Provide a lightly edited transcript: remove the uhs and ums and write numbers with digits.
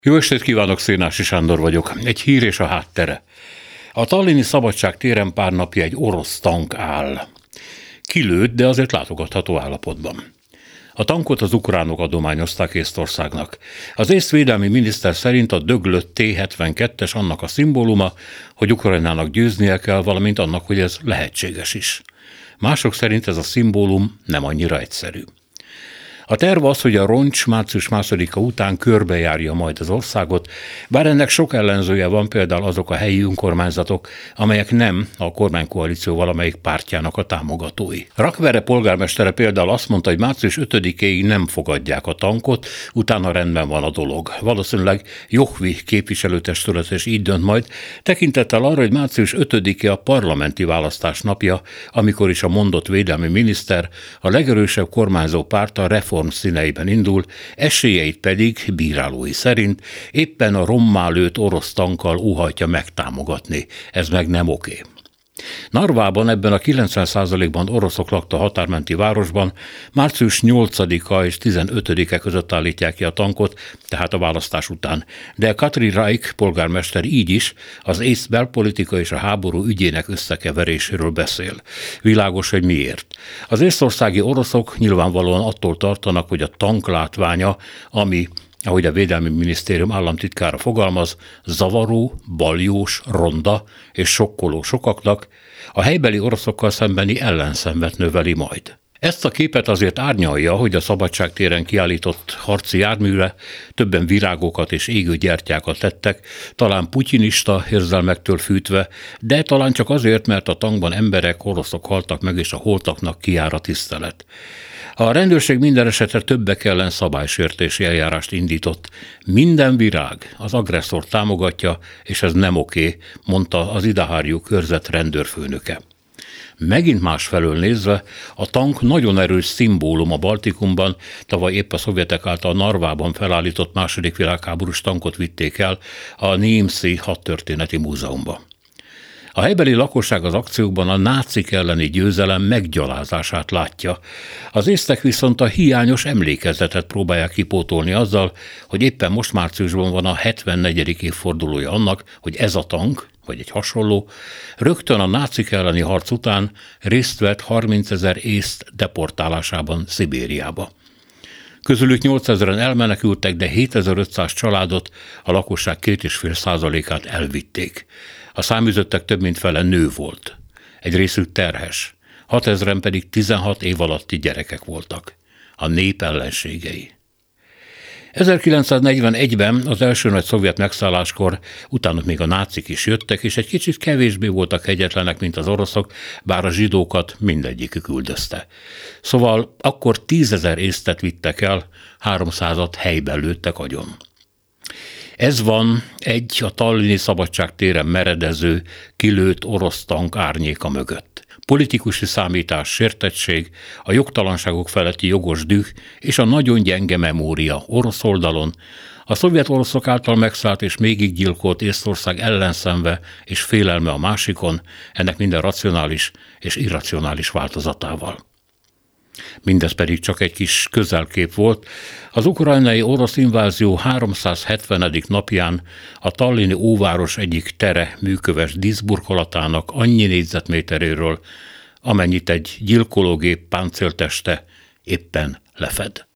Jó estét kívánok, Szénási Sándor vagyok. Egy hír és a háttere. A tallinni Szabadság téren pár napja egy orosz tank áll. Kilőtt, de azért látogatható állapotban. A tankot az ukránok adományozták Észtországnak. Az észtvédelmi miniszter szerint a döglött T-72-es annak a szimbóluma, hogy Ukrajnának győznie kell, valamint annak, hogy ez lehetséges is. Mások szerint ez a szimbólum nem annyira egyszerű. A terv az, hogy a roncs március 2-a után körbejárja majd az országot, bár ennek sok ellenzője van, például azok a helyi önkormányzatok, amelyek nem a kormánykoalíció valamelyik pártjának a támogatói. Rakvere polgármestere például azt mondta, hogy március 5-éig nem fogadják a tankot, utána rendben van a dolog. Valószínűleg Johvi képviselőtestület is így dönt majd, tekintettel arra, hogy március 5-e a parlamenti választás napja, amikor is a mondott védelmi miniszter a legerősebb kormányzó párt a Reform színeiben indul, esélyeit pedig bírálói szerint éppen a rommá lőtt orosz tankkal óhajtja megtámogatni. Ez meg nem oké. Narvában, ebben a 90%-ban oroszok lakta határmenti városban március 8-a és 15-e között állítják ki a tankot, tehát a választás után. De Katri Raik polgármester így is az ész belpolitika és a háború ügyének összekeveréséről beszél. Világos, hogy miért. Az észtországi oroszok nyilvánvalóan attól tartanak, hogy a tank látványa, ami, ahogy a Védelmi Minisztérium államtitkára fogalmaz, zavaró, baljós, ronda és sokkoló sokaknak, a helybeli oroszokkal szembeni ellenszenvet növeli majd. Ezt a képet azért árnyalja, hogy a Szabadság téren kiállított harci járműre többen virágokat és égő gyertyákat tettek, talán putyinista érzelmektől fűtve, de talán csak azért, mert a tankban emberek, oroszok haltak meg, és a holtaknak kijár a tisztelet. A rendőrség minden esetre többek ellen szabálysértési eljárást indított. Minden virág az agresszort támogatja, és ez nem oké, mondta az Idahárjú körzet rendőrfőnöke. Megint másfelől nézve, a tank nagyon erős szimbólum a Baltikumban, tavaly épp a szovjetek által Narvában felállított II. Világháborús tankot vitték el a Niemcy hadtörténeti múzeumba. A helybeli lakosság az akciókban a nácik elleni győzelem meggyalázását látja. Az észtek viszont a hiányos emlékezetet próbálják kipótolni azzal, hogy éppen most márciusban van a 74. évfordulója annak, hogy ez a tank, vagy egy hasonló, rögtön a nácik elleni harc után részt vett 30 000 észt deportálásában Szibériába. Közülük 8000-en elmenekültek, de 7500 családot, a lakosság 2,5%-át elvitték. A száműzöttek több mint fele nő volt. Egy részük terhes, 6000-en pedig 16 év alatti gyerekek voltak. A nép ellenségei. 1941-ben az első nagy szovjet megszálláskor, utána még a nácik is jöttek, és egy kicsit kevésbé voltak kegyetlenek, mint az oroszok, bár a zsidókat mindegyikük üldözte. Szóval akkor 10 000 észtet vittek el, 300-at helyben lőttek agyon. Ez van egy a tallinni Szabadság téren meredező, kilőtt orosz tank árnyéka mögött. Politikusi számítás, sértettség, a jogtalanságok feletti jogos düh és a nagyon gyenge memória orosz oldalon, a szovjet oroszok által megszállt és mégig gyilkolt Észtország ellenszenve és félelme a másikon, ennek minden racionális és irracionális változatával. Mindez pedig csak egy kis közelkép volt. Az ukrajnai orosz invázió 370. napján a tallinni óváros egyik tere műköves díszburkolatának annyi négyzetméteréről, amennyit egy gyilkológép páncélteste éppen lefed.